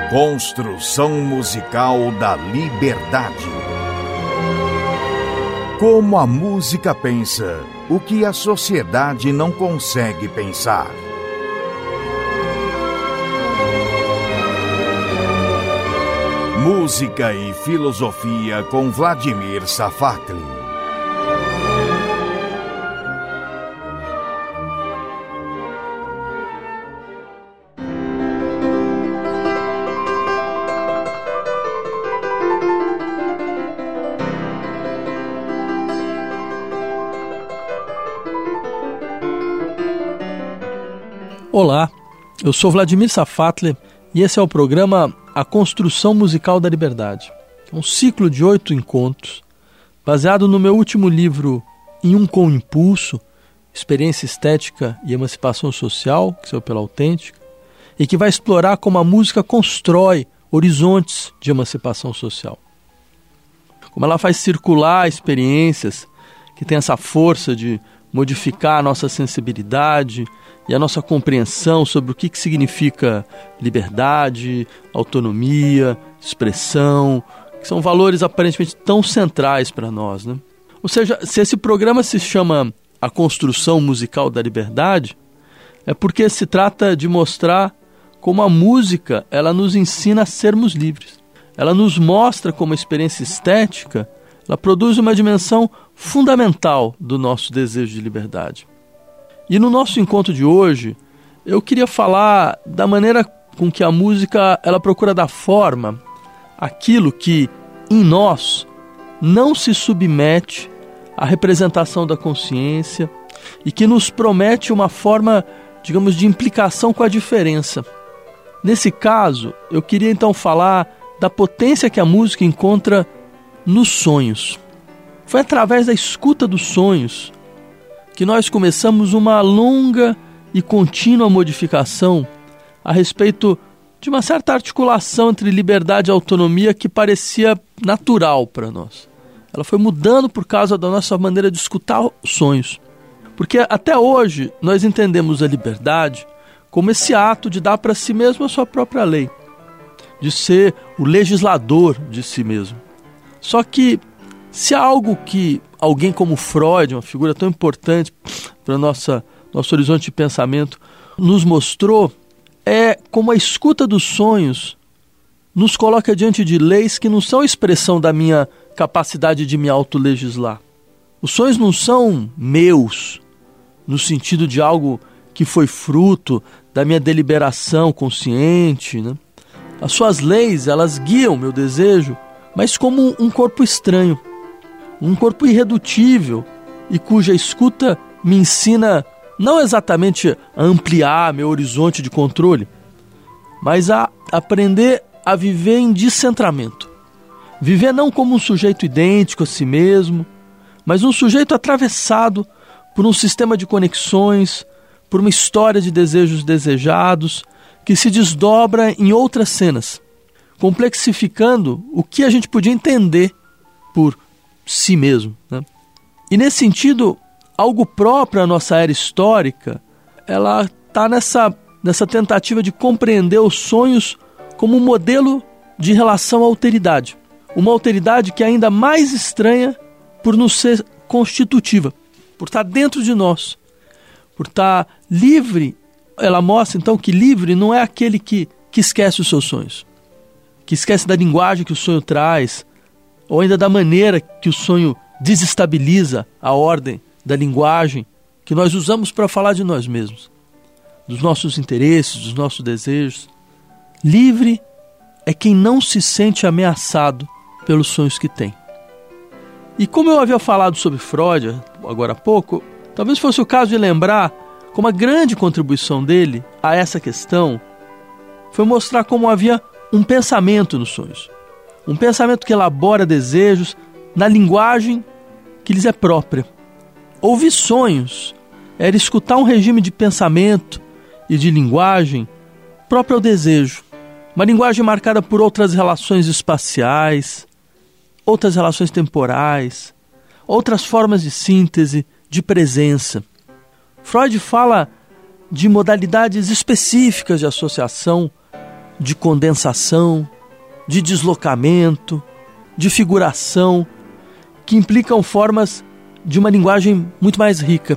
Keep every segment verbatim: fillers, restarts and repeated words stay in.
Construção musical da liberdade. Como a música pensa, o que a sociedade não consegue pensar. Música e filosofia com Vladimir Safatli. Olá, eu sou Vladimir Safatli e esse é o programa A Construção Musical da Liberdade. É um ciclo de oito encontros, baseado no meu último livro Em Um Com Impulso, Experiência Estética e Emancipação Social, que saiu pela Autêntica, e que vai explorar como a música constrói horizontes de emancipação social. Como ela faz circular experiências que têm essa força de modificar a nossa sensibilidade e a nossa compreensão sobre o que, que significa liberdade, autonomia, expressão, que são valores aparentemente tão centrais para nós, né? Ou seja, se esse programa se chama A Construção Musical da Liberdade, é porque se trata de mostrar como a música ela nos ensina a sermos livres. Ela nos mostra como a experiência estética ela produz uma dimensão fundamental do nosso desejo de liberdade. E no nosso encontro de hoje, eu queria falar da maneira com que a música ela procura dar forma àquilo que, em nós, não se submete à representação da consciência e que nos promete uma forma, digamos, de implicação com a diferença. Nesse caso, eu queria então falar da potência que a música encontra nos sonhos. Foi através da escuta dos sonhos que nós começamos uma longa e contínua modificação a respeito de uma certa articulação entre liberdade e autonomia que parecia natural para nós. Ela foi mudando por causa da nossa maneira de escutar os sonhos. Porque até hoje nós entendemos a liberdade como esse ato de dar para si mesmo a sua própria lei, de ser o legislador de si mesmo. Só que se há algo que alguém como Freud, uma figura tão importante para o nosso horizonte de pensamento, nos mostrou, é como a escuta dos sonhos nos coloca diante de leis que não são expressão da minha capacidade de me autolegislar. Os sonhos não são meus, no sentido de algo que foi fruto da minha deliberação consciente, né? As suas leis, elas guiam meu desejo, mas como um corpo estranho, um corpo irredutível e cuja escuta me ensina não exatamente a ampliar meu horizonte de controle, mas a aprender a viver em descentramento. Viver não como um sujeito idêntico a si mesmo, mas um sujeito atravessado por um sistema de conexões, por uma história de desejos desejados que se desdobra em outras cenas, complexificando o que a gente podia entender por si mesmo, né? E nesse sentido, algo próprio à nossa era histórica, ela está nessa, nessa tentativa de compreender os sonhos como um modelo de relação à alteridade. Uma alteridade que é ainda mais estranha por nos ser constitutiva, por estar dentro de nós, por estar livre. Ela mostra então que livre não é aquele que, que esquece os seus sonhos, que esquece da linguagem que o sonho traz, ou ainda da maneira que o sonho desestabiliza a ordem da linguagem que nós usamos para falar de nós mesmos, dos nossos interesses, dos nossos desejos. Livre é quem não se sente ameaçado pelos sonhos que tem. E como eu havia falado sobre Freud agora há pouco, talvez fosse o caso de lembrar como a grande contribuição dele a essa questão foi mostrar como havia um pensamento nos sonhos. Um pensamento que elabora desejos na linguagem que lhes é própria. Ouvir sonhos era escutar um regime de pensamento e de linguagem próprio ao desejo. Uma linguagem marcada por outras relações espaciais, outras relações temporais, outras formas de síntese, de presença. Freud fala de modalidades específicas de associação de condensação, de deslocamento, de figuração, que implicam formas de uma linguagem muito mais rica.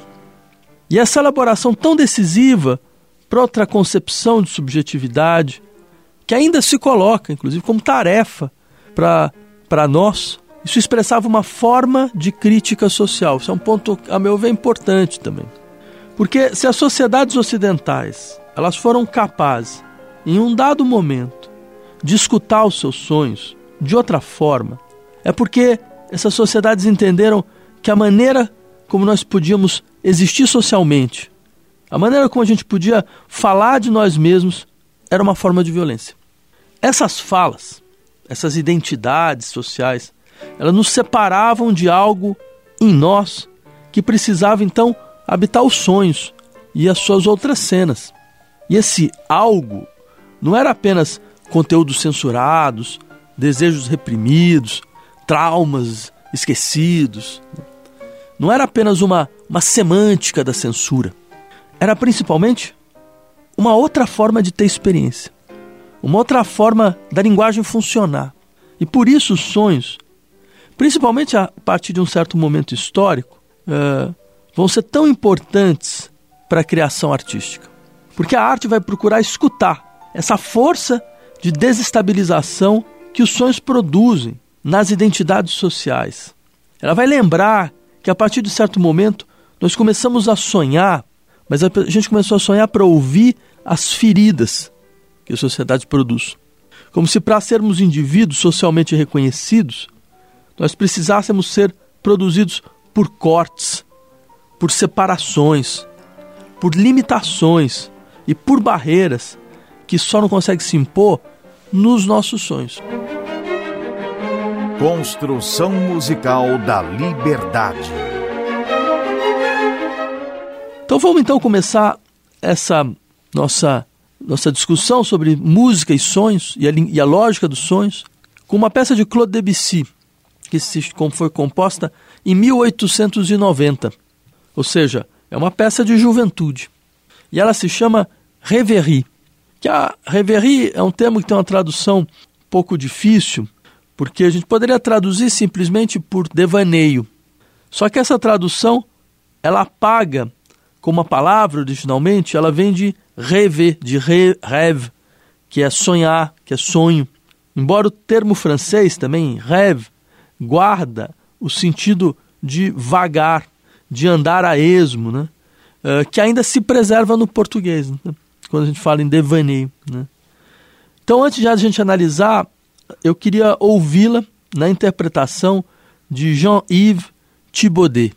E essa elaboração tão decisiva para outra concepção de subjetividade, que ainda se coloca, inclusive, como tarefa para para nós, isso expressava uma forma de crítica social. Isso é um ponto, a meu ver, importante também. Porque se as sociedades ocidentais elas foram capazes, em um dado momento, de escutar os seus sonhos de outra forma, é porque essas sociedades entenderam que a maneira como nós podíamos existir socialmente, a maneira como a gente podia falar de nós mesmos, era uma forma de violência. Essas falas, essas identidades sociais, elas nos separavam de algo em nós que precisava, então, habitar os sonhos e as suas outras cenas. E esse algo não era apenas conteúdos censurados, desejos reprimidos, traumas esquecidos. Não era apenas uma, uma semântica da censura. Era principalmente uma outra forma de ter experiência. Uma outra forma da linguagem funcionar. E por isso os sonhos, principalmente a partir de um certo momento histórico, uh, vão ser tão importantes para a criação artística. Porque a arte vai procurar escutar essa força de desestabilização que os sonhos produzem nas identidades sociais. Ela vai lembrar que a partir de certo momento nós começamos a sonhar, mas a gente começou a sonhar para ouvir as feridas que a sociedade produz. Como se para sermos indivíduos socialmente reconhecidos, nós precisássemos ser produzidos por cortes, por separações, por limitações e por barreiras que só não conseguem se impor nos nossos sonhos. Construção musical da liberdade. Então vamos então começar essa nossa, nossa discussão sobre música e sonhos e a, e a lógica dos sonhos com uma peça de Claude Debussy, que se, como foi composta em mil oitocentos e noventa. Ou seja, é uma peça de juventude. E ela se chama Rêverie. Que a Rêverie é um termo que tem uma tradução um pouco difícil, porque a gente poderia traduzir simplesmente por devaneio. Só que essa tradução, ela apaga, como a palavra originalmente, ela vem de rêver, de rêve, que é sonhar, que é sonho. Embora o termo francês também, rêve, guarda o sentido de vagar, de andar a esmo, né? Uh, que ainda se preserva no português, né? Quando a gente fala em devaneio, né? Então, antes de a gente analisar, eu queria ouvi-la na interpretação de Jean-Yves Thibaudet.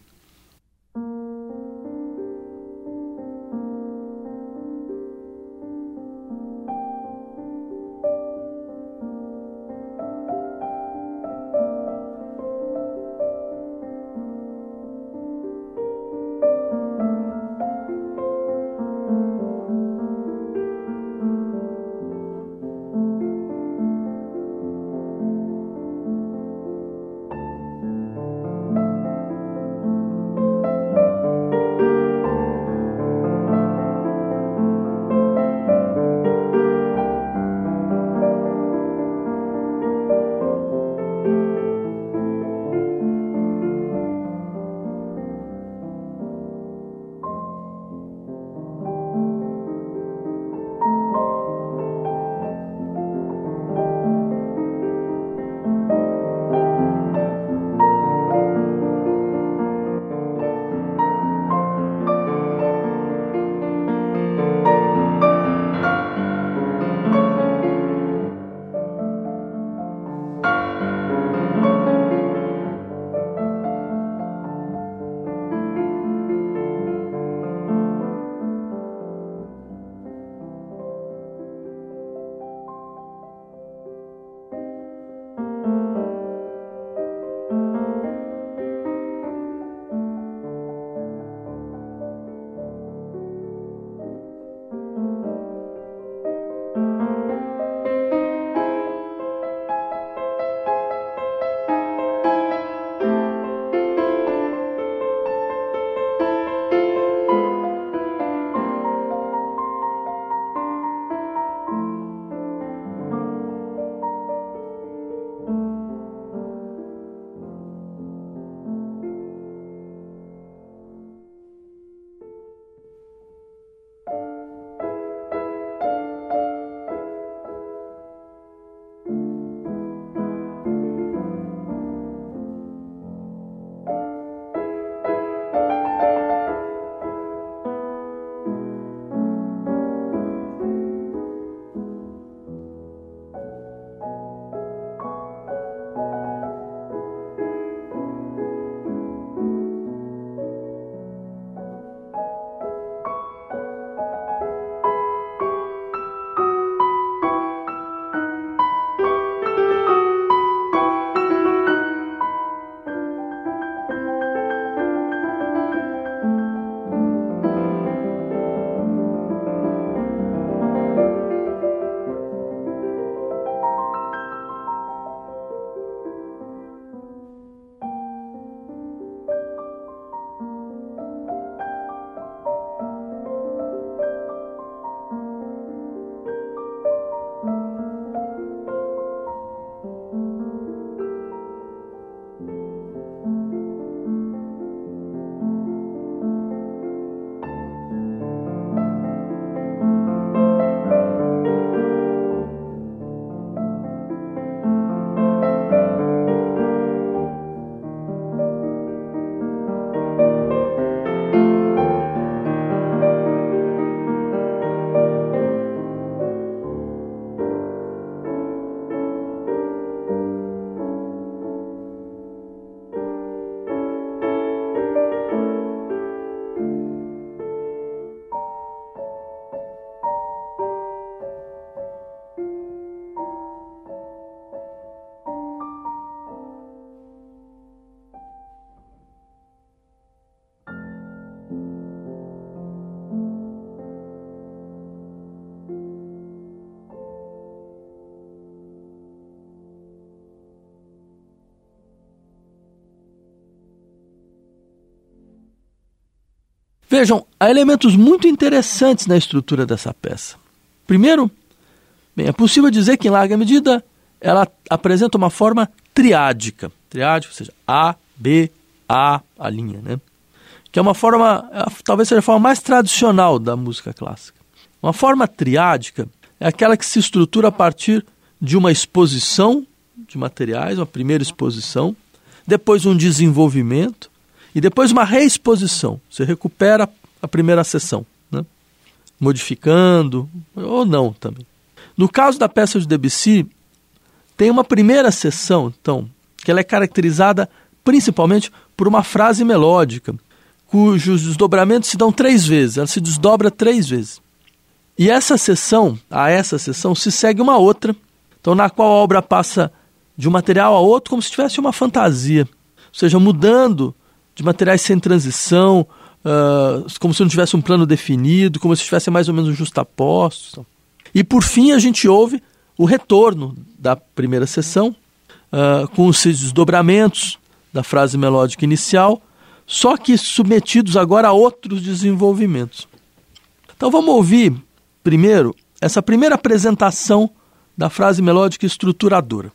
Vejam, há elementos muito interessantes na estrutura dessa peça. Primeiro, bem, é possível dizer que, em larga medida, ela apresenta uma forma triádica. Triádica, ou seja, A, B, A, a linha, né? Que é uma forma, talvez seja a forma mais tradicional da música clássica. Uma forma triádica é aquela que se estrutura a partir de uma exposição de materiais, uma primeira exposição, depois um desenvolvimento e depois uma reexposição. Você recupera a primeira sessão, né? Modificando ou não também. No caso da peça de Debussy, tem uma primeira sessão, então, que ela é caracterizada principalmente por uma frase melódica, cujos desdobramentos se dão três vezes, ela se desdobra três vezes. E essa sessão, a essa sessão, se segue uma outra, então, na qual a obra passa de um material a outro como se tivesse uma fantasia, ou seja, mudando de materiais sem transição, uh, como se não tivesse um plano definido, como se estivessem mais ou menos justapostos. E, por fim, a gente ouve o retorno da primeira sessão, uh, com os desdobramentos da frase melódica inicial, só que submetidos agora a outros desenvolvimentos. Então vamos ouvir, primeiro, essa primeira apresentação da frase melódica estruturadora.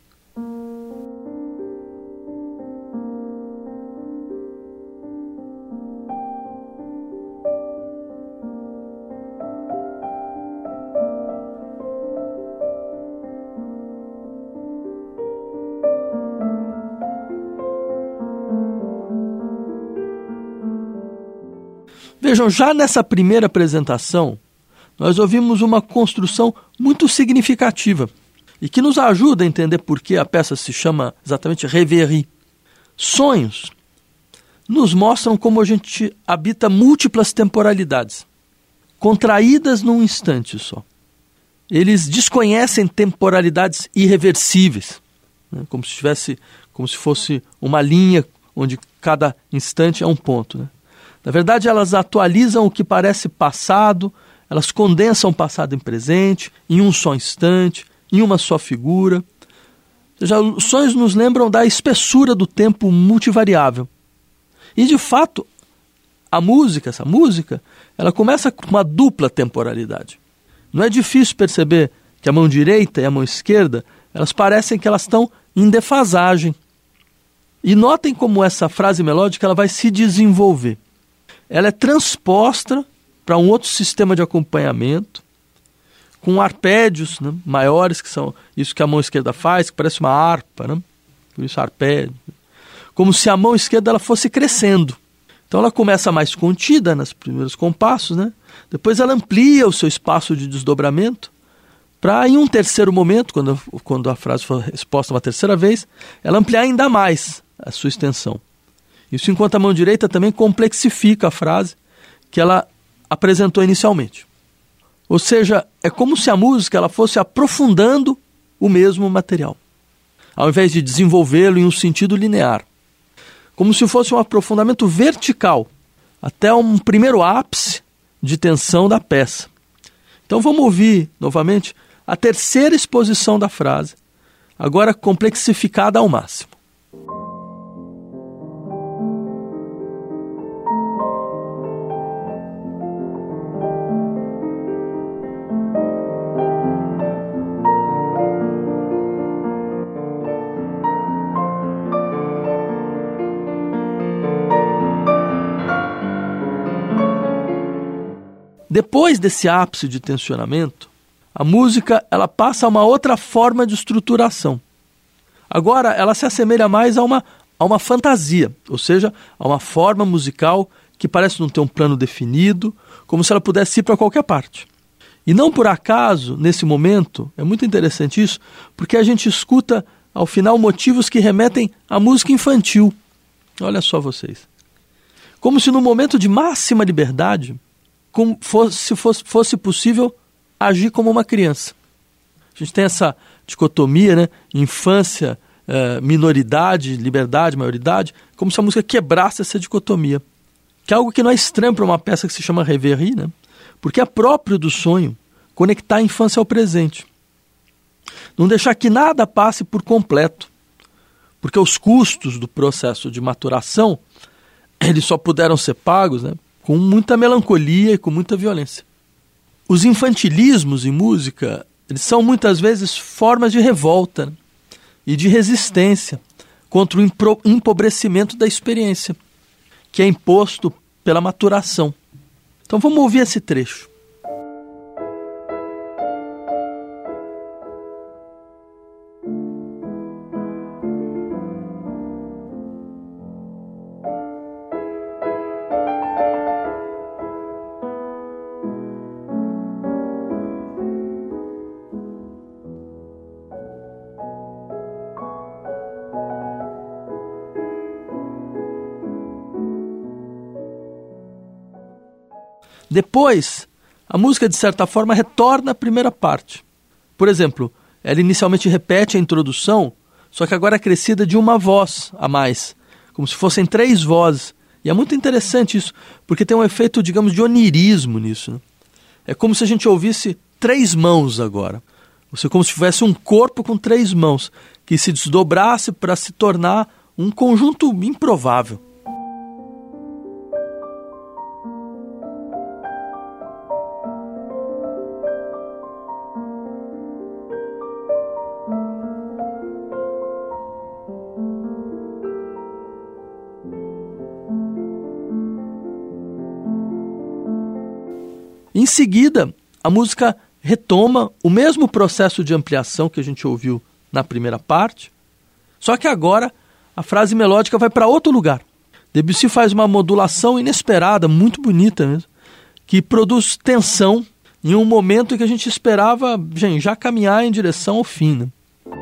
Vejam, já nessa primeira apresentação, nós ouvimos uma construção muito significativa e que nos ajuda a entender por que a peça se chama exatamente Rêverie. Sonhos nos mostram como a gente habita múltiplas temporalidades, contraídas num instante só. Eles desconhecem temporalidades irreversíveis, né? como se tivesse, como se fosse uma linha onde cada instante é um ponto, né? Na verdade, elas atualizam o que parece passado, elas condensam o passado em presente, em um só instante, em uma só figura. Ou seja, os sonhos nos lembram da espessura do tempo multivariável. E, de fato, a música, essa música, ela começa com uma dupla temporalidade. Não é difícil perceber que a mão direita e a mão esquerda, elas parecem que elas estão em defasagem. E notem como essa frase melódica ela vai se desenvolver. Ela é transposta para um outro sistema de acompanhamento, com arpédios, né, maiores, que são isso que a mão esquerda faz, que parece uma harpa, né? Por isso arpédio. Como se a mão esquerda ela fosse crescendo. Então ela começa mais contida nos primeiros compassos, né? Depois ela amplia o seu espaço de desdobramento, para em um terceiro momento, quando, quando a frase for exposta uma terceira vez, ela ampliar ainda mais a sua extensão. Isso enquanto a mão direita também complexifica a frase que ela apresentou inicialmente. Ou seja, é como se a música ela fosse aprofundando o mesmo material, ao invés de desenvolvê-lo em um sentido linear. Como se fosse um aprofundamento vertical, até um primeiro ápice de tensão da peça. Então vamos ouvir novamente a terceira exposição da frase, agora complexificada ao máximo. Depois desse ápice de tensionamento, a música ela passa a uma outra forma de estruturação. Agora ela se assemelha mais a uma, a uma fantasia, ou seja, a uma forma musical que parece não ter um plano definido, como se ela pudesse ir para qualquer parte. E não por acaso, nesse momento, é muito interessante isso, porque a gente escuta, ao final, motivos que remetem à música infantil. Olha só vocês. Como se no momento de máxima liberdade, como fosse, fosse, fosse possível agir como uma criança. A gente tem essa dicotomia, né? Infância, eh, minoridade, liberdade, maioridade, como se a música quebrasse essa dicotomia. Que é algo que não é estranho para uma peça que se chama Rêverie, né? Porque é próprio do sonho conectar a infância ao presente. Não deixar que nada passe por completo. Porque os custos do processo de maturação, eles só puderam ser pagos, né? com muita melancolia e com muita violência. Os infantilismos em música, eles são muitas vezes formas de revolta, né? E de resistência contra o impro- empobrecimento da experiência, que é imposto pela maturação. Então vamos ouvir esse trecho. Depois, a música, de certa forma, retorna à primeira parte. Por exemplo, ela inicialmente repete a introdução, só que agora é acrescida de uma voz a mais, como se fossem três vozes. E é muito interessante isso, porque tem um efeito, digamos, de onirismo nisso, né? É como se a gente ouvisse três mãos agora. Ou como se tivesse um corpo com três mãos, que se desdobrasse para se tornar um conjunto improvável. Em seguida, a música retoma o mesmo processo de ampliação que a gente ouviu na primeira parte, só que agora a frase melódica vai para outro lugar. Debussy faz uma modulação inesperada, muito bonita mesmo, que produz tensão em um momento em que a gente esperava, gente, já caminhar em direção ao fim, né?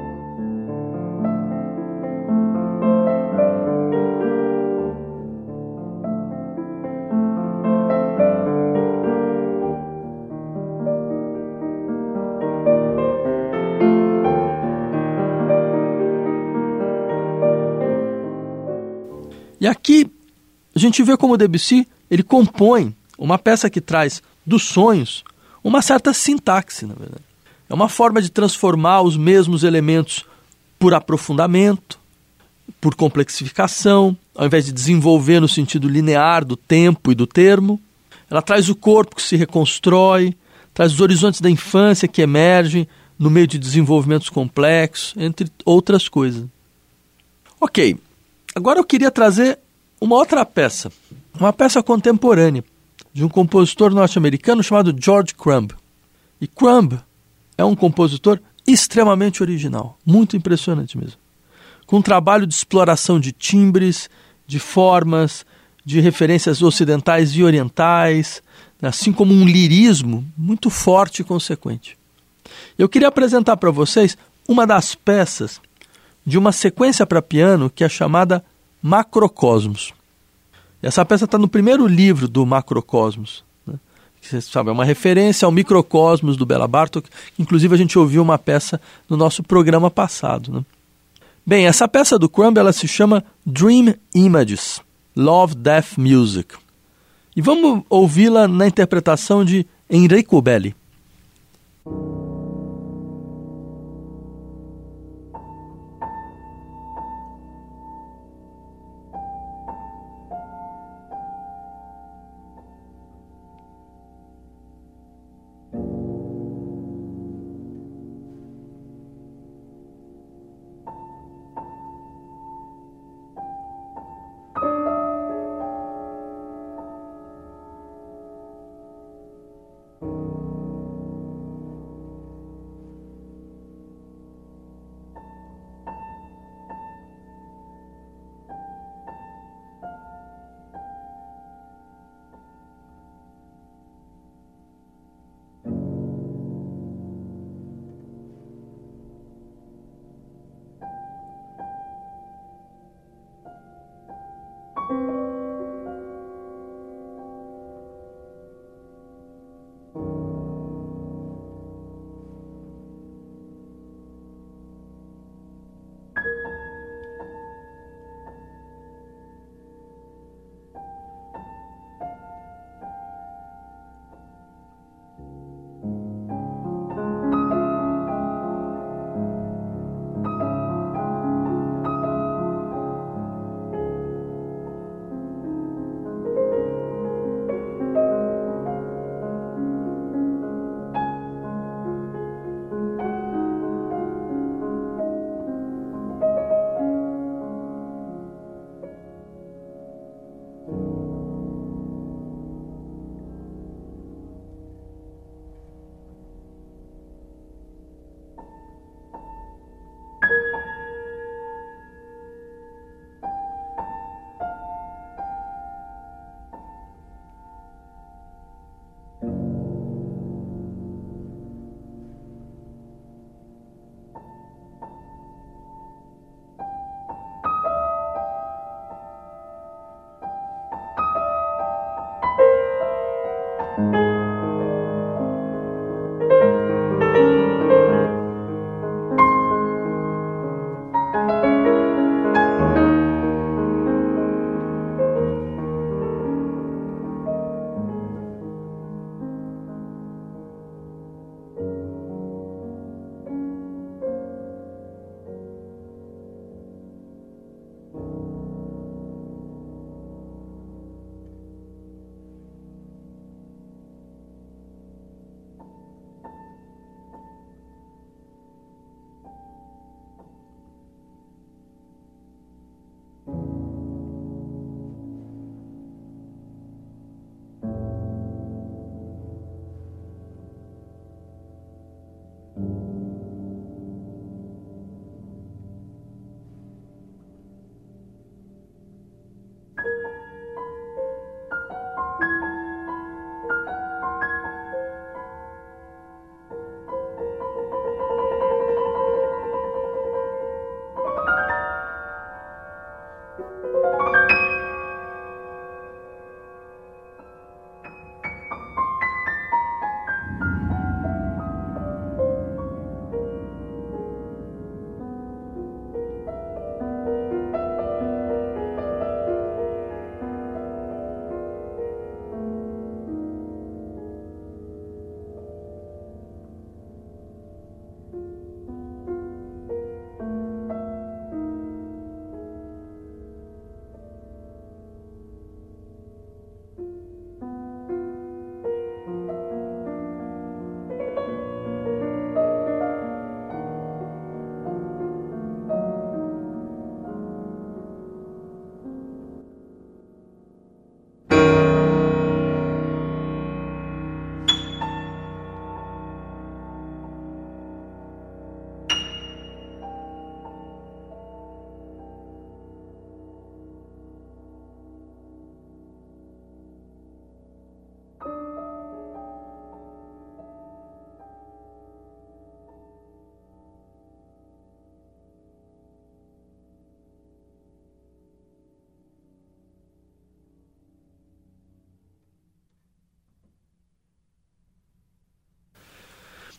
E aqui a gente vê como o Debussy ele compõe uma peça que traz dos sonhos uma certa sintaxe, na verdade. É uma forma de transformar os mesmos elementos por aprofundamento, por complexificação, ao invés de desenvolver no sentido linear do tempo e do termo. Ela traz o corpo que se reconstrói, traz os horizontes da infância que emergem no meio de desenvolvimentos complexos, entre outras coisas. Ok. Agora eu queria trazer uma outra peça, uma peça contemporânea, de um compositor norte-americano chamado George Crumb. E Crumb é um compositor extremamente original, muito impressionante mesmo, com um trabalho de exploração de timbres, de formas, de referências ocidentais e orientais, assim como um lirismo muito forte e consequente. Eu queria apresentar para vocês uma das peças de uma sequência para piano que é chamada Macrocosmos. Essa peça está no primeiro livro do Macrocosmos, né? Você sabe, é uma referência ao microcosmos do Béla Bartók. Inclusive a gente ouviu uma peça no nosso programa passado, né? Bem, essa peça do Crumb, ela se chama Dream Images, Love, Death, Music. E vamos ouvi-la na interpretação de Enrico Belli.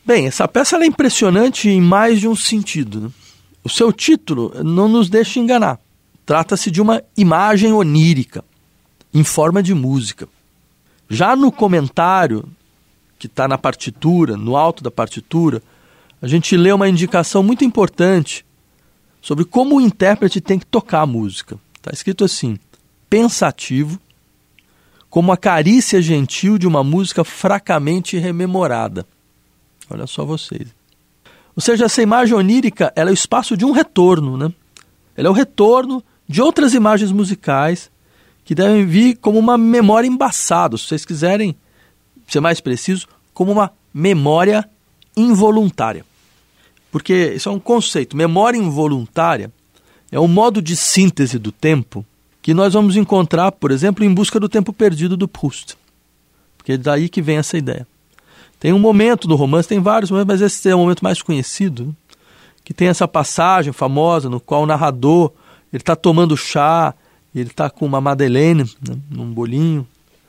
Bem, essa peça ela é impressionante em mais de um sentido, né? O seu título não nos deixa enganar. Trata-se de uma imagem onírica, em forma de música. Já no comentário, que está na partitura, no alto da partitura, a gente lê uma indicação muito importante sobre como o intérprete tem que tocar a música. Está escrito assim: pensativo, como a carícia gentil de uma música fracamente rememorada. Olha só vocês. Ou seja, essa imagem onírica ela é o espaço de um retorno, né? Ela é o retorno de outras imagens musicais que devem vir como uma memória embaçada, se vocês quiserem ser mais preciso, como uma memória involuntária. Porque isso é um conceito. Memória involuntária é um modo de síntese do tempo que nós vamos encontrar, por exemplo, em Busca do Tempo Perdido, do Proust. Porque é daí que vem essa ideia. Tem um momento no romance, tem vários momentos, mas esse é o momento mais conhecido, né? Que tem essa passagem famosa no qual o narrador ele está tomando chá, ele está com uma madeleine, né, num bolinho,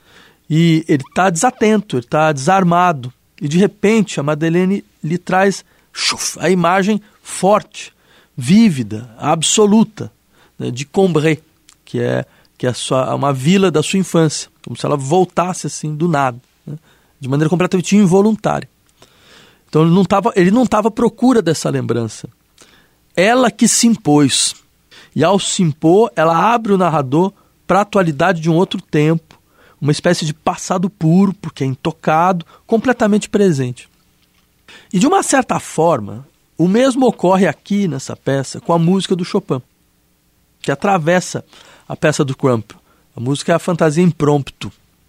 e ele está desatento, ele está desarmado, e de repente a madeleine lhe traz chuf, a imagem forte, vívida, absoluta, né, de Combray, que é, que é a sua, uma vila da sua infância, como se ela voltasse assim do nada, né, de maneira completamente involuntária. Então ele não estava ele não estava à procura dessa lembrança. Ela que se impôs. E ao se impor, ela abre o narrador para a atualidade de um outro tempo, uma espécie de passado puro, porque é intocado, completamente presente. E de uma certa forma, o mesmo ocorre aqui nessa peça com a música do Chopin, que atravessa a peça do Crump. A música é a fantasia impromptu.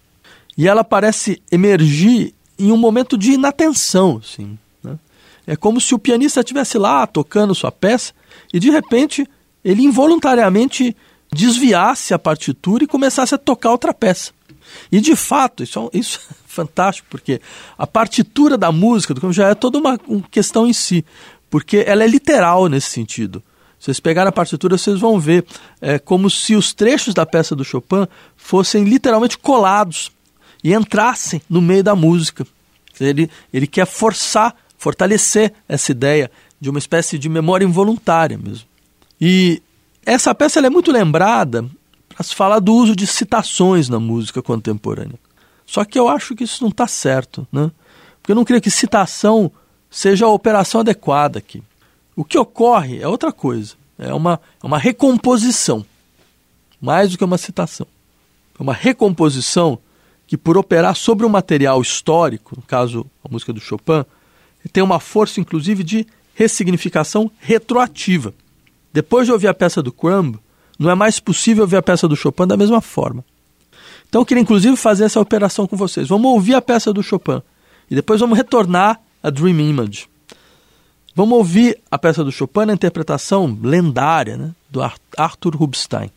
E ela parece emergir em um momento de inatenção, assim, né? É como se o pianista estivesse lá tocando sua peça e de repente ele involuntariamente desviasse a partitura e começasse a tocar outra peça. E de fato, isso é, isso é fantástico, porque a partitura da música do Crump já é toda uma, uma questão em si, porque ela é literal nesse sentido. Se vocês pegarem a partitura, vocês vão ver é, como se os trechos da peça do Chopin fossem literalmente colados e entrassem no meio da música. Ele, ele quer forçar, fortalecer essa ideia de uma espécie de memória involuntária mesmo. E essa peça ela é muito lembrada para se falar do uso de citações na música contemporânea. Só que eu acho que isso não está certo, né? Porque eu não creio que citação seja a operação adequada aqui. O que ocorre é outra coisa. É uma, é uma recomposição, mais do que uma citação. É uma recomposição que, por operar sobre um material histórico, no caso a música do Chopin, tem uma força, inclusive, de ressignificação retroativa. Depois de ouvir a peça do Crumb, não é mais possível ouvir a peça do Chopin da mesma forma. Então eu queria, inclusive, fazer essa operação com vocês. Vamos ouvir a peça do Chopin e depois vamos retornar a Dream Image. Vamos ouvir a peça do Chopin na interpretação lendária, né, do Arthur Rubinstein.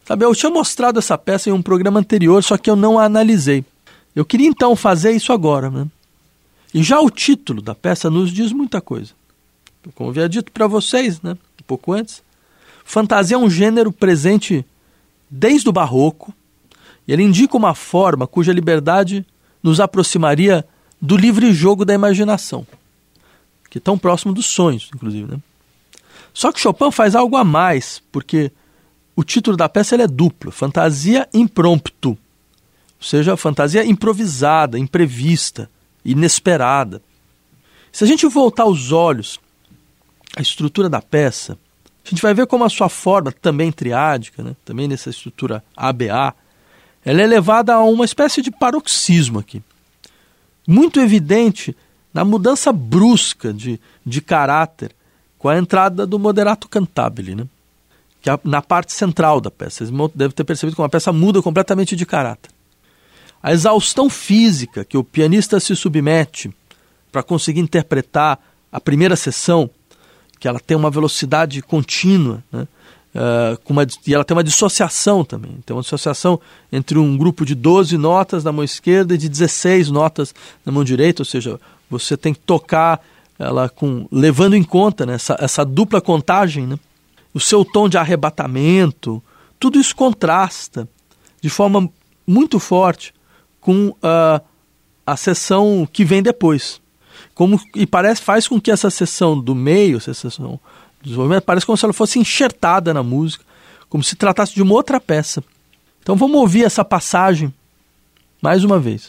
Sabe, eu tinha mostrado essa peça em um programa anterior, só que eu não a analisei. Eu queria então fazer isso agora, né? E já o título da peça nos diz muita coisa. Como eu havia dito para vocês, né, um pouco antes, fantasia é um gênero presente desde o Barroco, e ele indica uma forma cuja liberdade nos aproximaria do livre jogo da imaginação, que é tão próximo dos sonhos, inclusive, né? Só que Chopin faz algo a mais, porque o título da peça ele é duplo, fantasia impromptu, ou seja, fantasia improvisada, imprevista, inesperada. Se a gente voltar os olhos à estrutura da peça, a gente vai ver como a sua forma, também triádica, né, também nessa estrutura A B A, ela é levada a uma espécie de paroxismo aqui. Muito evidente na mudança brusca de, de caráter com a entrada do moderato cantabile, né? Que é na parte central da peça. Vocês devem ter percebido como a peça muda completamente de caráter. A exaustão física que o pianista se submete para conseguir interpretar a primeira sessão, que ela tem uma velocidade contínua, né? Uh, com uma, e ela tem uma dissociação também. Tem uma dissociação entre um grupo de doze notas na mão esquerda e de dezesseis notas na mão direita, ou seja, você tem que tocar ela com, levando em conta, né, essa, essa dupla contagem, né? O seu tom de arrebatamento, tudo isso contrasta de forma muito forte com uh, a sessão que vem depois. Como, e parece, faz com que essa sessão do meio, essa sessão do desenvolvimento, parece como se ela fosse enxertada na música, como se tratasse de uma outra peça. Então vamos ouvir essa passagem mais uma vez.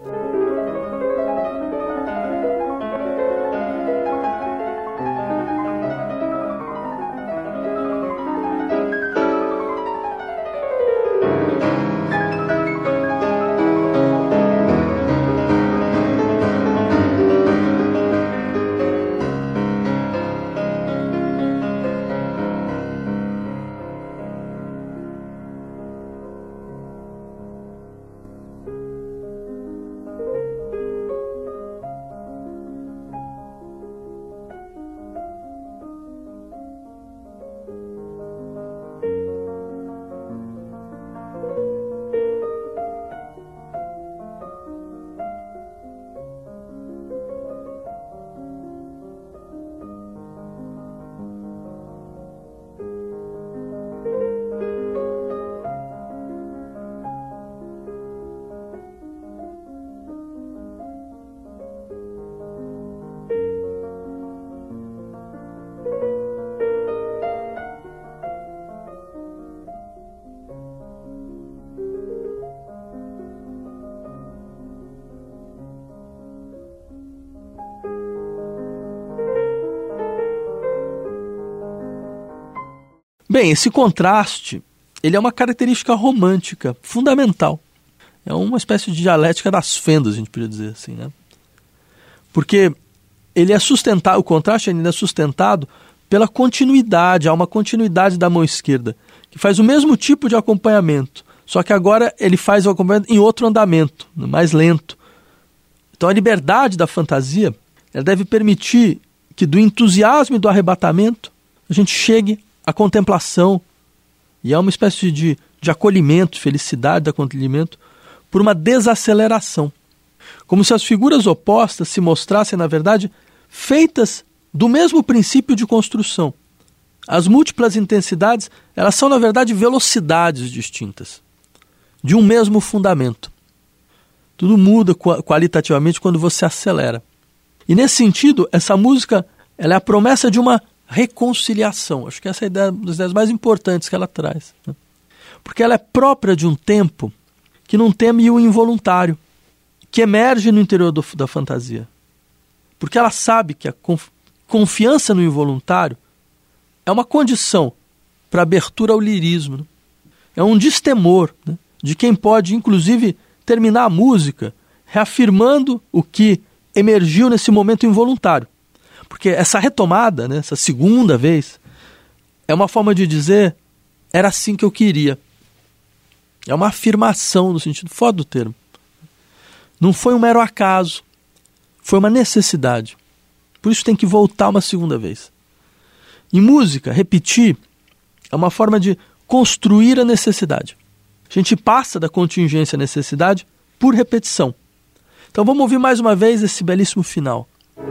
Bem, esse contraste, ele é uma característica romântica fundamental. É uma espécie de dialética das fendas, a gente poderia dizer assim, né? Porque ele é sustentado, o contraste ainda é sustentado pela continuidade, há uma continuidade da mão esquerda, que faz o mesmo tipo de acompanhamento, só que agora ele faz o acompanhamento em outro andamento, mais lento. Então a liberdade da fantasia, ela deve permitir que do entusiasmo e do arrebatamento a gente chegue à contemplação, e há uma espécie de, de acolhimento, felicidade de acolhimento, por uma desaceleração. Como se as figuras opostas se mostrassem, na verdade, feitas do mesmo princípio de construção. As múltiplas intensidades, elas são, na verdade, velocidades distintas, de um mesmo fundamento. Tudo muda qualitativamente quando você acelera. E nesse sentido, essa música, ela é a promessa de uma reconciliação. Acho que essa é a ideia, uma das ideias mais importantes que ela traz, né? Porque ela é própria de um tempo que não teme o involuntário, que emerge no interior do, da fantasia. Porque ela sabe que a conf, confiança no involuntário é uma condição para abertura ao lirismo, né? É um destemor, né, de quem pode, inclusive, terminar a música reafirmando o que emergiu nesse momento involuntário. Porque essa retomada, né, essa segunda vez, é uma forma de dizer, era assim que eu queria. É uma afirmação no sentido fora do termo. Não foi um mero acaso, foi uma necessidade. Por isso tem que voltar uma segunda vez. Em música, repetir é uma forma de construir a necessidade. A gente passa da contingência à necessidade por repetição. Então vamos ouvir mais uma vez esse belíssimo final.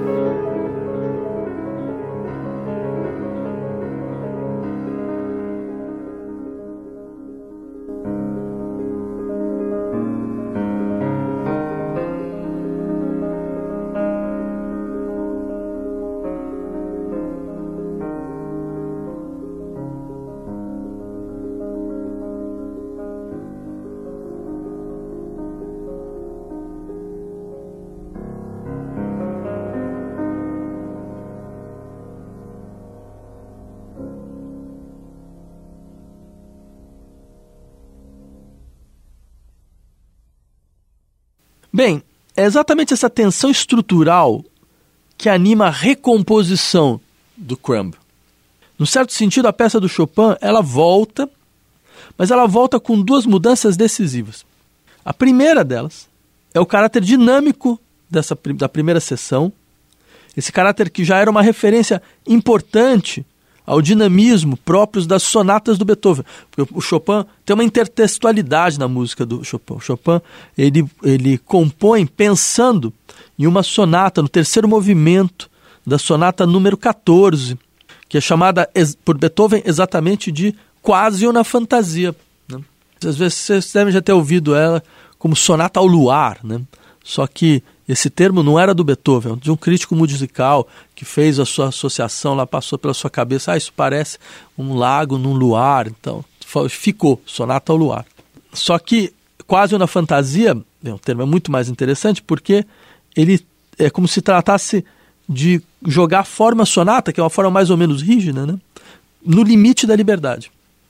Bem, é exatamente essa tensão estrutural que anima a recomposição do crumb. Num certo sentido, a peça do Chopin, ela volta, mas ela volta com duas mudanças decisivas. A primeira delas é o caráter dinâmico dessa, da primeira sessão, esse caráter que já era uma referência importante ao dinamismo próprios das sonatas do Beethoven. Porque o Chopin tem uma intertextualidade na música do Chopin. O Chopin ele, ele compõe pensando em uma sonata, no terceiro movimento da sonata número quatorze, que é chamada por Beethoven exatamente de quase uma fantasia. Né? Às vezes vocês devem já ter ouvido ela como sonata ao luar, né? Só que esse termo não era do Beethoven, de um crítico musical que fez a sua associação, lá passou pela sua cabeça, ah, isso parece um lago num luar, então ficou, sonata ao luar. Só que quase uma fantasia, o termo é muito mais interessante, porque ele é como se tratasse de jogar fora uma sonata, que é uma forma mais ou menos rígida, né, no limite da liberdade.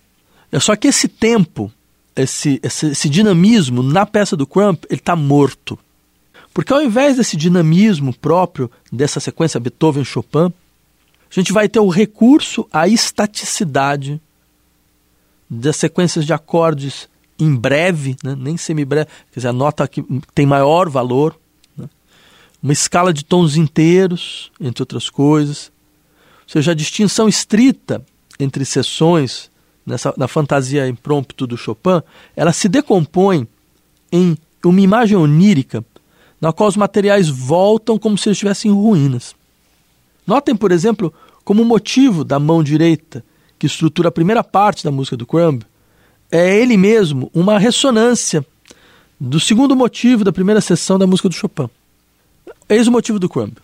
É só que esse tempo, esse, esse, esse dinamismo na peça do crumb, ele está morto. Porque ao invés desse dinamismo próprio dessa sequência Beethoven-Chopin, a gente vai ter o recurso à estaticidade das sequências de acordes em breve, né? Nem semibreve, quer dizer, a nota que tem maior valor, né? Uma escala de tons inteiros, entre outras coisas. Ou seja, a distinção estrita entre seções nessa, na fantasia impromptu do Chopin, ela se decompõe em uma imagem onírica na qual os materiais voltam como se estivessem em ruínas. Notem, por exemplo, como o motivo da mão direita, que estrutura a primeira parte da música do crumb, é ele mesmo uma ressonância do segundo motivo da primeira seção da música do Chopin. Eis o motivo do crumb.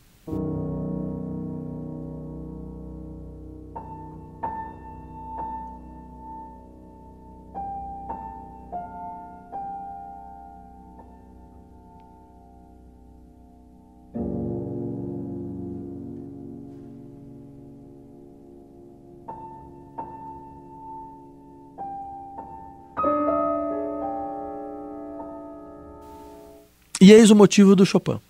E eis o motivo do Chopin.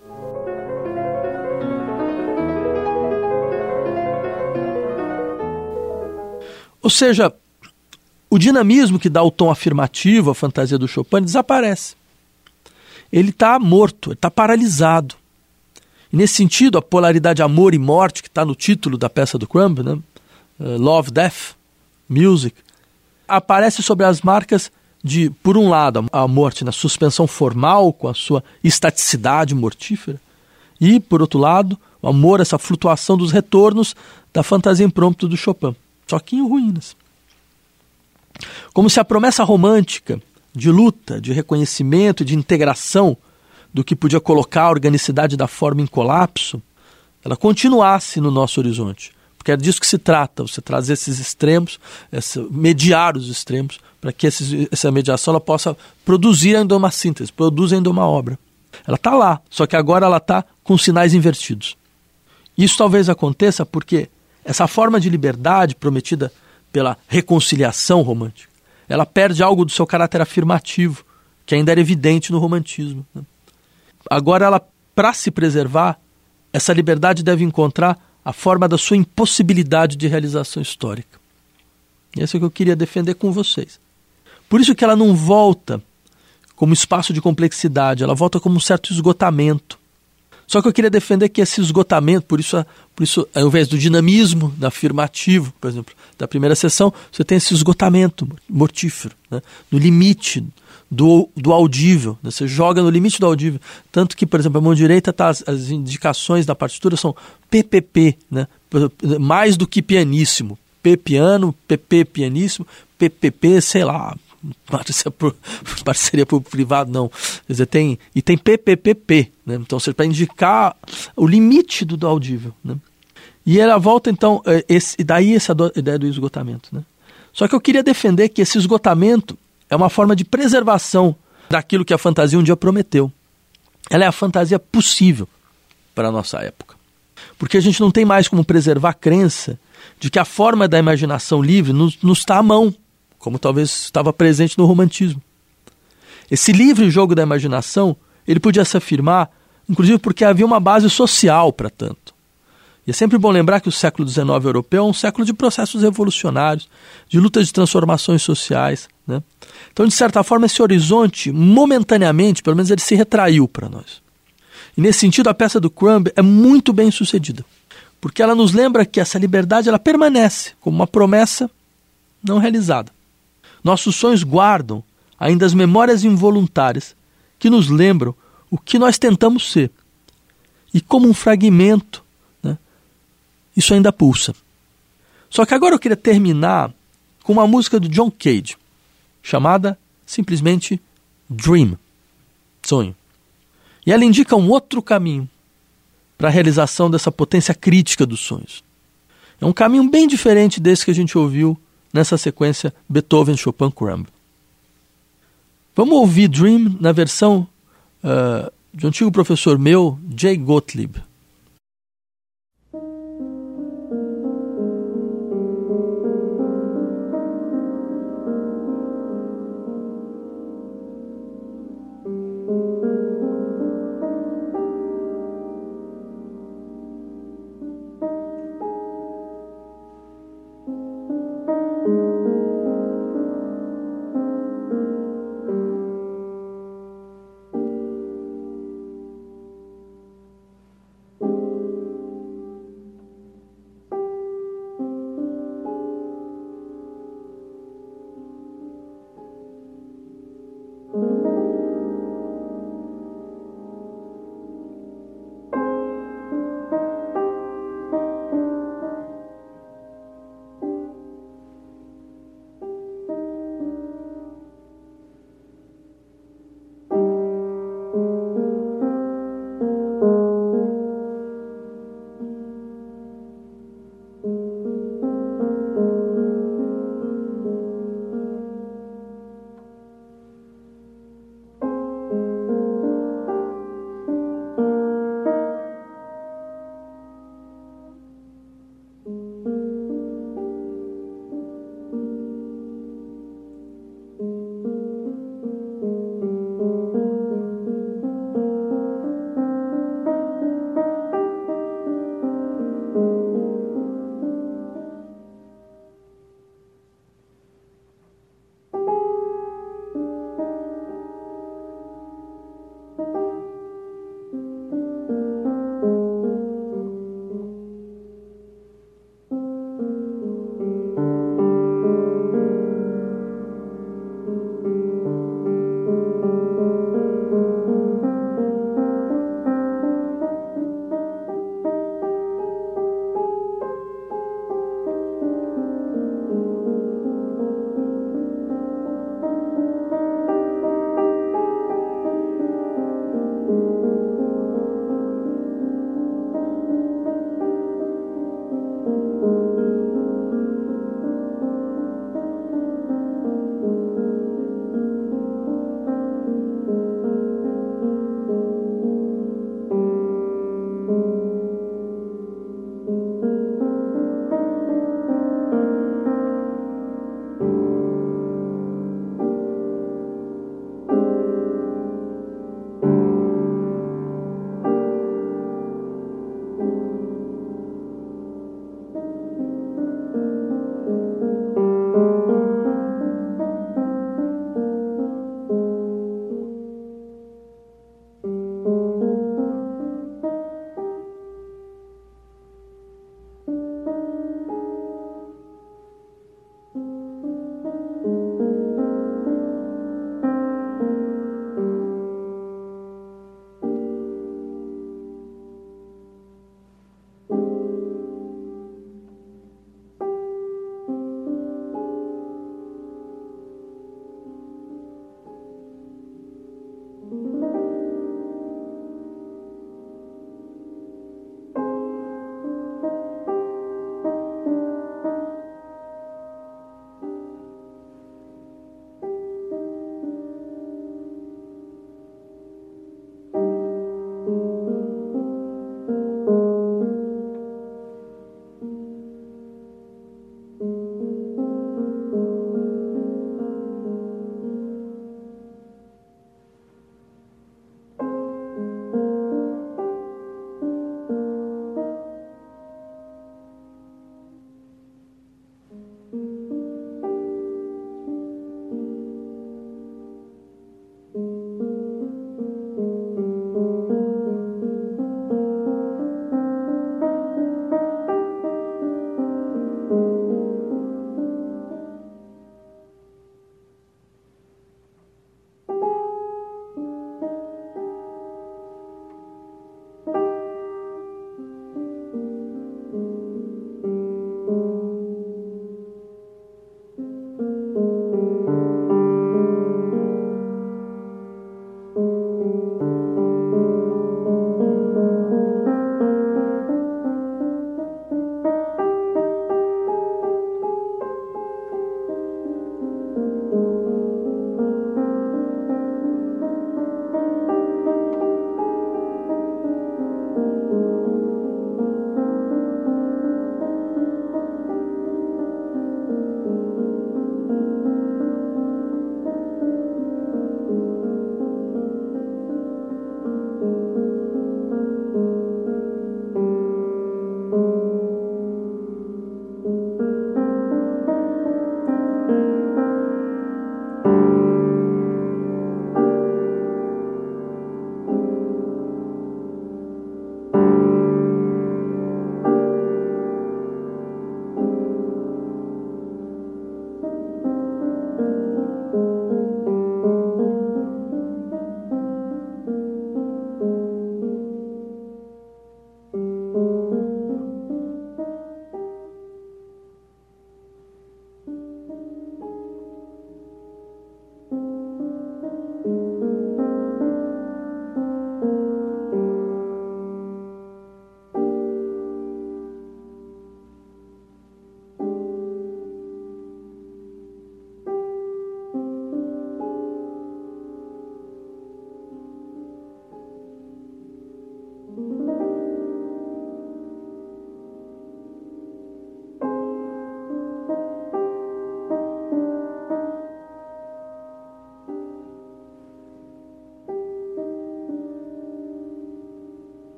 Ou seja, o dinamismo que dá o tom afirmativo à fantasia do Chopin desaparece. Ele está morto, ele está paralisado. E nesse sentido, a polaridade amor e morte, que está no título da peça do crumb, né? uh, Love, Death, Music, aparece sobre as marcas de, por um lado, a morte na suspensão formal, com a sua estaticidade mortífera, e, por outro lado, o amor, essa flutuação dos retornos da fantasia impromptu do Chopin, só que em ruínas. Como se a promessa romântica de luta, de reconhecimento, de integração do que podia colocar a organicidade da forma em colapso, ela continuasse no nosso horizonte. Porque é disso que se trata, você trazer esses extremos, essa, mediar os extremos, para que esses, essa mediação ela possa produzir ainda uma síntese, produzir ainda uma obra. Ela está lá, só que agora ela está com sinais invertidos. Isso talvez aconteça porque essa forma de liberdade prometida pela reconciliação romântica, ela perde algo do seu caráter afirmativo, que ainda era evidente no romantismo. Né? Agora, ela, para se preservar, essa liberdade deve encontrar a forma da sua impossibilidade de realização histórica. E isso é o que eu queria defender com vocês. Por isso que ela não volta como espaço de complexidade, ela volta como um certo esgotamento. Só que eu queria defender que esse esgotamento, por isso, por isso ao invés do dinamismo, do afirmativo, por exemplo, da primeira sessão, você tem esse esgotamento mortífero, né? No limite do, do audível, né? Você joga no limite do audível. Tanto que, por exemplo, a mão direita, tá, as, as indicações da partitura são P P P, né? Mais do que pianíssimo. P piano, P P pianíssimo, P P P, sei lá, parceria por, parceria por privado, não. Quer dizer, tem, e tem P P P P, né? Então, para indicar o limite do, do audível, né? E ela volta, então, esse, e daí essa do, ideia do esgotamento, né? Só que eu queria defender que esse esgotamento é uma forma de preservação daquilo que a fantasia um dia prometeu. Ela é a fantasia possível para a nossa época. Porque a gente não tem mais como preservar a crença de que a forma da imaginação livre nos, nos está à mão, como talvez estava presente no romantismo. Esse livre jogo da imaginação, ele podia se afirmar, inclusive porque havia uma base social para tanto. E é sempre bom lembrar que o século dezenove europeu é um século de processos revolucionários, de lutas de transformações sociais, né? Então, de certa forma, esse horizonte, momentaneamente, pelo menos ele se retraiu para nós. E nesse sentido, a peça do Crumb é muito bem sucedida, porque ela nos lembra que essa liberdade ela permanece como uma promessa não realizada. Nossos sonhos guardam ainda as memórias involuntárias que nos lembram o que nós tentamos ser. E como um fragmento, né, isso ainda pulsa. Só que agora eu queria terminar com uma música do John Cage, chamada simplesmente Dream, sonho. E ela indica um outro caminho para a realização dessa potência crítica dos sonhos. É um caminho bem diferente desse que a gente ouviu nessa sequência Beethoven, Chopin, Crumb. Vamos ouvir Dream na versão uh, de um antigo professor meu, Jay Gottlieb.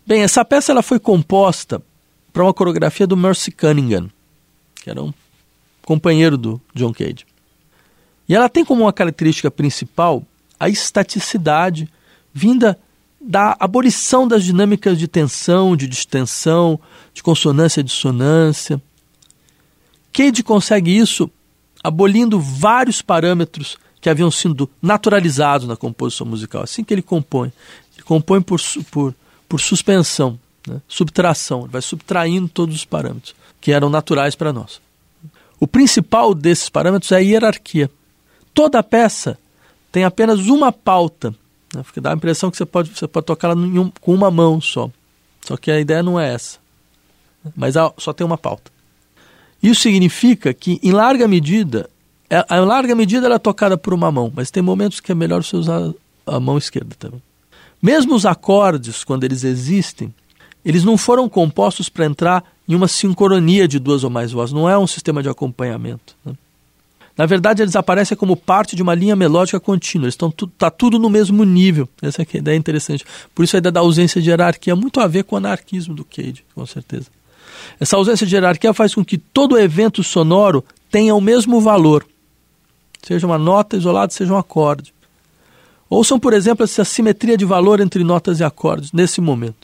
Bem, essa peça ela foi composta para uma coreografia do Merce Cunningham, que era um companheiro do John Cage. E ela tem como uma característica principal a estaticidade vinda da abolição das dinâmicas de tensão, de distensão, de consonância e dissonância. Cage consegue isso abolindo vários parâmetros que haviam sido naturalizados na composição musical. Assim que ele compõe. Ele compõe por, por, por suspensão, né? Subtração. Ele vai subtraindo todos os parâmetros que eram naturais para nós. O principal desses parâmetros é a hierarquia. Toda a peça tem apenas uma pauta, né? Porque dá a impressão que você pode, você pode tocar ela um, com uma mão só. Só que a ideia não é essa. Mas só tem uma pauta. Isso significa que, em larga medida, a larga medida ela é tocada por uma mão, mas tem momentos que é melhor você usar a mão esquerda também. Mesmo os acordes, quando eles existem, eles não foram compostos para entrar em uma sincronia de duas ou mais vozes. Não é um sistema de acompanhamento, né? Na verdade, eles aparecem como parte de uma linha melódica contínua. Está tu, tá tudo no mesmo nível. Essa aqui é a ideia interessante. Por isso a ideia da ausência de hierarquia, muito a ver com o anarquismo do Cage, com certeza. Essa ausência de hierarquia faz com que todo evento sonoro tenha o mesmo valor. Seja uma nota isolada, seja um acorde. Ouçam, por exemplo, essa simetria de valor entre notas e acordes, nesse momento.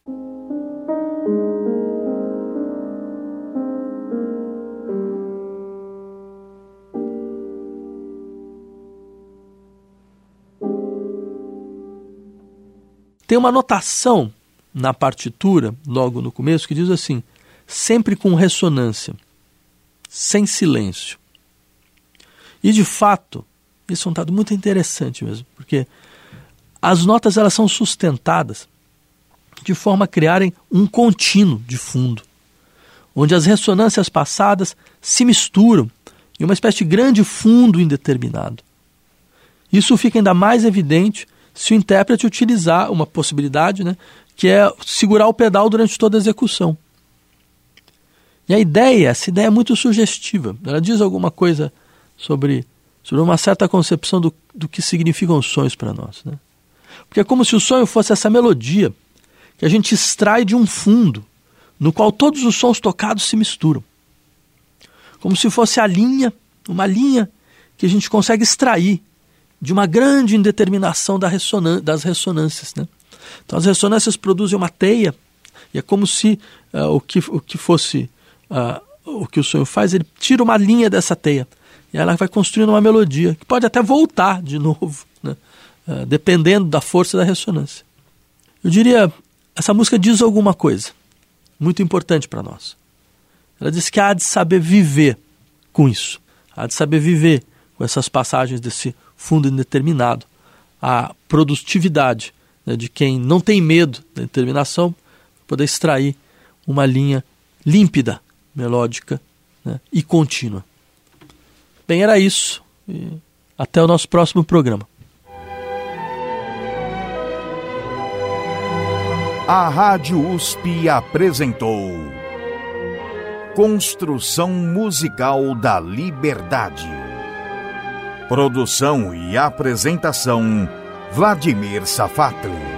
Tem uma notação na partitura, logo no começo, que diz assim: sempre com ressonância, sem silêncio. E, de fato, isso é um dado muito interessante mesmo, porque as notas elas são sustentadas de forma a criarem um contínuo de fundo, onde as ressonâncias passadas se misturam em uma espécie de grande fundo indeterminado. Isso fica ainda mais evidente se o intérprete utilizar uma possibilidade, né, que é segurar o pedal durante toda a execução. E a ideia, essa ideia é muito sugestiva. Ela diz alguma coisa sobre, sobre uma certa concepção do, do que significam os sonhos para nós, né? Porque é como se o sonho fosse essa melodia que a gente extrai de um fundo no qual todos os sons tocados se misturam. Como se fosse a linha, uma linha que a gente consegue extrair de uma grande indeterminação da ressonan- das ressonâncias, né? Então as ressonâncias produzem uma teia, e é como se uh, o, que, o que fosse uh, o que o sonho faz, ele tira uma linha dessa teia, e ela vai construindo uma melodia, que pode até voltar de novo, né? uh, dependendo da força da ressonância. Eu diria, essa música diz alguma coisa muito importante para nós. Ela diz que há de saber viver com isso, há de saber viver com essas passagens desse fundo indeterminado, a produtividade, né, de quem não tem medo da determinação, poder extrair uma linha límpida, melódica, né, e contínua. Bem, era isso. E até o nosso próximo programa. A Rádio U S P apresentou Construção Musical da Liberdade. Produção e apresentação, Vladimir Safatli.